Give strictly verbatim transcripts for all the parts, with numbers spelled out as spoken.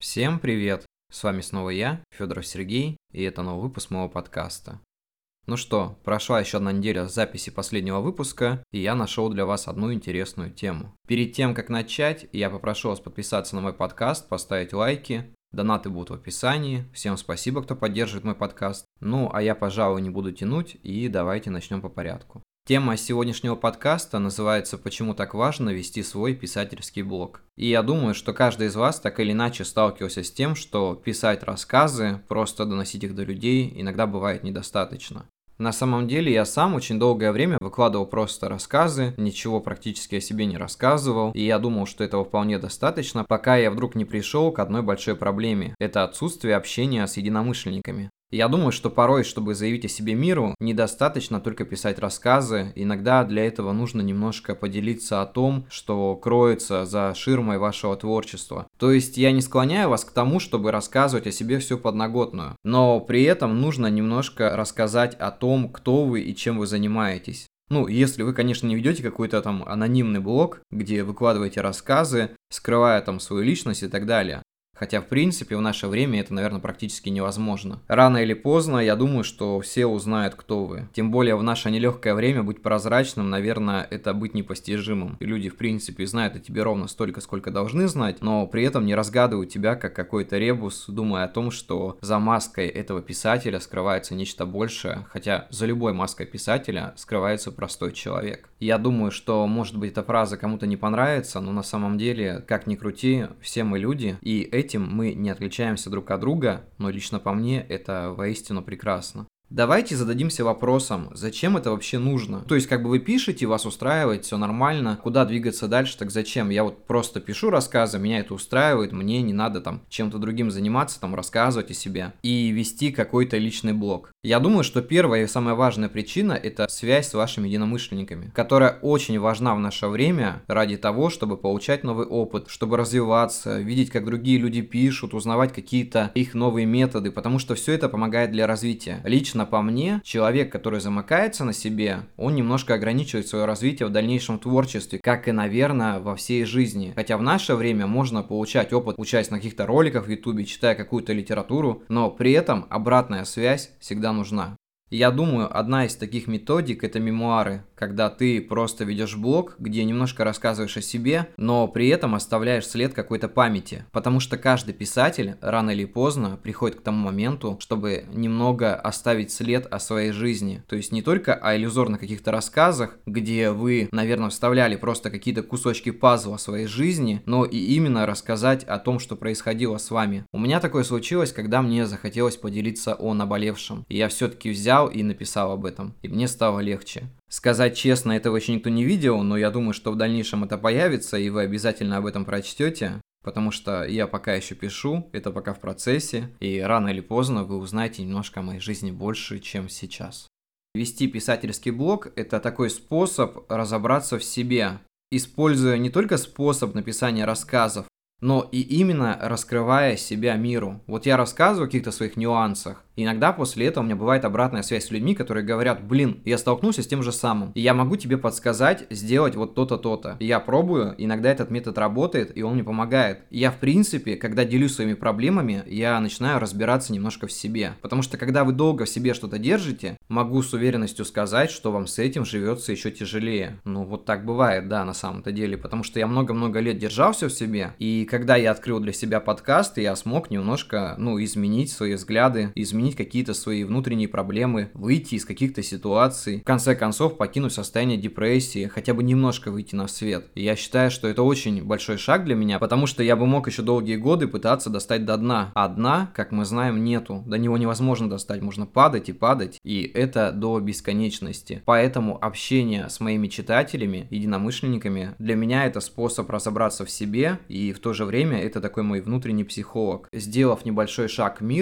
Всем привет! С вами снова я, Федоров Сергей, и это новый выпуск моего подкаста. Ну что, прошла еще одна неделя с записи последнего выпуска, и я нашел для вас одну интересную тему. Перед тем, как начать, я попрошу вас подписаться на мой подкаст, поставить лайки. Донаты будут в описании. Всем спасибо, кто поддерживает мой подкаст. Ну, а я, пожалуй, не буду тянуть, и давайте начнем по порядку. Тема сегодняшнего подкаста называется «Почему так важно вести свой писательский блог?». И я думаю, что каждый из вас так или иначе сталкивался с тем, что писать рассказы, просто доносить их до людей иногда бывает недостаточно. На самом деле я сам очень долгое время выкладывал просто рассказы, ничего практически о себе не рассказывал, и я думал, что этого вполне достаточно, пока я вдруг не пришел к одной большой проблеме – это отсутствие общения с единомышленниками. Я думаю, что порой, чтобы заявить о себе миру, недостаточно только писать рассказы, иногда для этого нужно немножко поделиться о том, что кроется за ширмой вашего творчества. То есть я не склоняю вас к тому, чтобы рассказывать о себе всю подноготную, но при этом нужно немножко рассказать о том, кто вы и чем вы занимаетесь. Ну, если вы, конечно, не ведете какой-то там анонимный блог, где выкладываете рассказы, скрывая там свою личность и так далее. Хотя, в принципе, в наше время это, наверное, практически невозможно. Рано или поздно, я думаю, что все узнают, кто вы. Тем более, в наше нелегкое время быть прозрачным, наверное, это быть непостижимым. И люди, в принципе, знают о тебе ровно столько, сколько должны знать, но при этом не разгадывают тебя как какой-то ребус, думая о том, что за маской этого писателя скрывается нечто большее, хотя за любой маской писателя скрывается простой человек. Я думаю, что, может быть, эта фраза кому-то не понравится, но на самом деле, как ни крути, все мы люди, и эти Этим мы не отличаемся друг от друга, но лично по мне это воистину прекрасно. Давайте зададимся вопросом, зачем это вообще нужно? То есть, как бы вы пишете, вас устраивает, все нормально, куда двигаться дальше, так зачем? Я вот просто пишу рассказы, меня это устраивает, мне не надо там чем-то другим заниматься, там рассказывать о себе и вести какой-то личный блог. Я думаю, что первая и самая важная причина – это связь с вашими единомышленниками, которая очень важна в наше время ради того, чтобы получать новый опыт, чтобы развиваться, видеть, как другие люди пишут, узнавать какие-то их новые методы, потому что все это помогает для развития. Лично по мне, человек, который замыкается на себе, он немножко ограничивает свое развитие в дальнейшем творчестве, как и, наверное, во всей жизни. Хотя в наше время можно получать опыт, учась на каких-то роликах в ютубе, читая какую-то литературу, но при этом обратная связь всегда нужна. Я думаю, одна из таких методик – это мемуары, когда ты просто ведешь блог, где немножко рассказываешь о себе, но при этом оставляешь след какой-то памяти, потому что каждый писатель рано или поздно приходит к тому моменту, чтобы немного оставить след о своей жизни, то есть не только о иллюзорных каких-то рассказах, где вы, наверное, вставляли просто какие-то кусочки пазла своей жизни, но и именно рассказать о том, что происходило с вами. У меня такое случилось, когда мне захотелось поделиться о наболевшем, и я все-таки взял и написал об этом, и мне стало легче. Сказать честно, этого еще никто не видел, но я думаю, что в дальнейшем это появится, и вы обязательно об этом прочтете, потому что я пока еще пишу, это пока в процессе, и рано или поздно вы узнаете немножко о моей жизни больше, чем сейчас. Вести писательский блог – это такой способ разобраться в себе, используя не только способ написания рассказов, но и именно раскрывая себя миру. Вот я рассказываю о каких-то своих нюансах, и иногда после этого у меня бывает обратная связь с людьми, которые говорят: блин, я столкнулся с тем же самым, и я могу тебе подсказать сделать вот то-то, то-то. И я пробую, иногда этот метод работает, и он мне помогает. И я, в принципе, когда делюсь своими проблемами, я начинаю разбираться немножко в себе. Потому что когда вы долго в себе что-то держите, могу с уверенностью сказать, что вам с этим живется еще тяжелее. Ну, вот так бывает, да, на самом-то деле. Потому что я много-много лет держал все в себе, и когда я открыл для себя подкаст, я смог немножко, ну, изменить свои взгляды, изменить какие-то свои внутренние проблемы, выйти из каких-то ситуаций, в конце концов покинуть состояние депрессии, хотя бы немножко выйти на свет. И я считаю, что это очень большой шаг для меня, потому что я бы мог еще долгие годы пытаться достать до дна. А дна, как мы знаем, нету. До него невозможно достать, можно падать и падать, и это до бесконечности. Поэтому общение с моими читателями, единомышленниками, для меня это способ разобраться в себе, и в то же время это такой мой внутренний психолог. Сделав небольшой шаг к миру,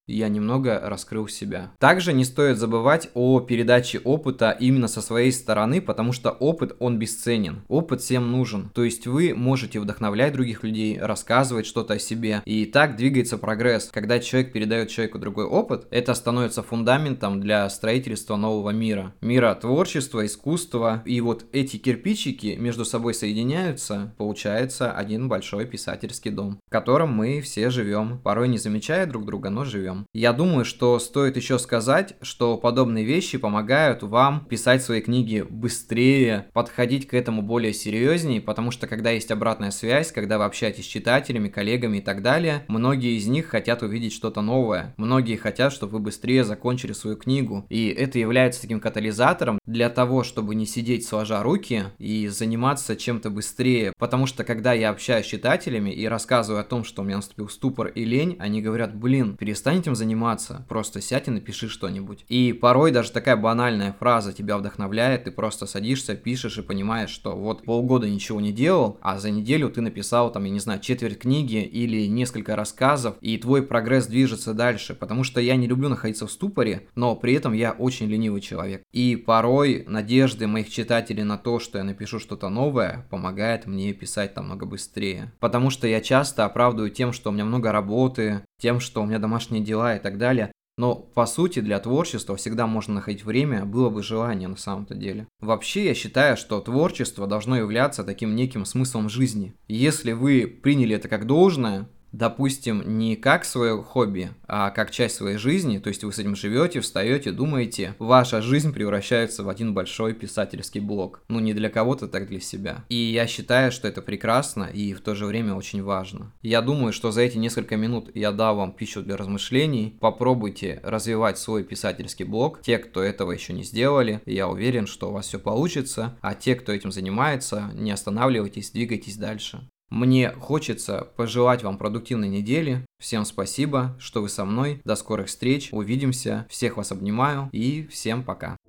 я немного раскрыл себя. Также не стоит забывать о передаче опыта именно со своей стороны, потому что опыт, он бесценен. Опыт всем нужен. То есть вы можете вдохновлять других людей, рассказывать что-то о себе, и так двигается прогресс. Когда человек передает человеку другой опыт, это становится фундаментом для строительства нового мира. Мира творчества, искусства. И вот эти кирпичики между собой соединяются, получается один большой писательский дом, в котором мы все живем, порой не замечая друг друга, но живем. Я думаю, что стоит еще сказать, что подобные вещи помогают вам писать свои книги быстрее, подходить к этому более серьезнее, потому что когда есть обратная связь, когда вы общаетесь с читателями, коллегами и так далее, многие из них хотят увидеть что-то новое. Многие хотят, чтобы вы быстрее закончили свою книгу. И это является таким катализатором для того, чтобы не сидеть сложа руки и заниматься чем-то быстрее. Потому что когда я общаюсь с читателями и рассказываю о том, что у меня наступил ступор и лень, они говорят: блин, перестань этим заниматься, просто сядь и напиши что-нибудь. И порой даже такая банальная фраза тебя вдохновляет, ты просто садишься, пишешь и понимаешь, что вот полгода ничего не делал, а за неделю ты написал там, я не знаю, четверть книги или несколько рассказов, и твой прогресс движется дальше, потому что я не люблю находиться в ступоре, но при этом я очень ленивый человек. И порой надежды моих читателей на то, что я напишу что-то новое, помогает мне писать намного быстрее. Потому что я часто оправдываю тем, что у меня много работы, тем, что у меня домашние дела и так далее. Но, по сути, для творчества всегда можно находить время, было бы желание на самом-то деле. Вообще, я считаю, что творчество должно являться таким неким смыслом жизни. Если вы приняли это как должное, допустим, не как свое хобби, а как часть своей жизни, то есть вы с этим живете, встаете, думаете, ваша жизнь превращается в один большой писательский блок. Ну, не для кого-то, так для себя. И я считаю, что это прекрасно и в то же время очень важно. Я думаю, что за эти несколько минут я дал вам пищу для размышлений. Попробуйте развивать свой писательский блог. Те, кто этого еще не сделали, я уверен, что у вас все получится. А те, кто этим занимается, не останавливайтесь, двигайтесь дальше. Мне хочется пожелать вам продуктивной недели. Всем спасибо, что вы со мной. До скорых встреч. Увидимся. Всех вас обнимаю и всем пока.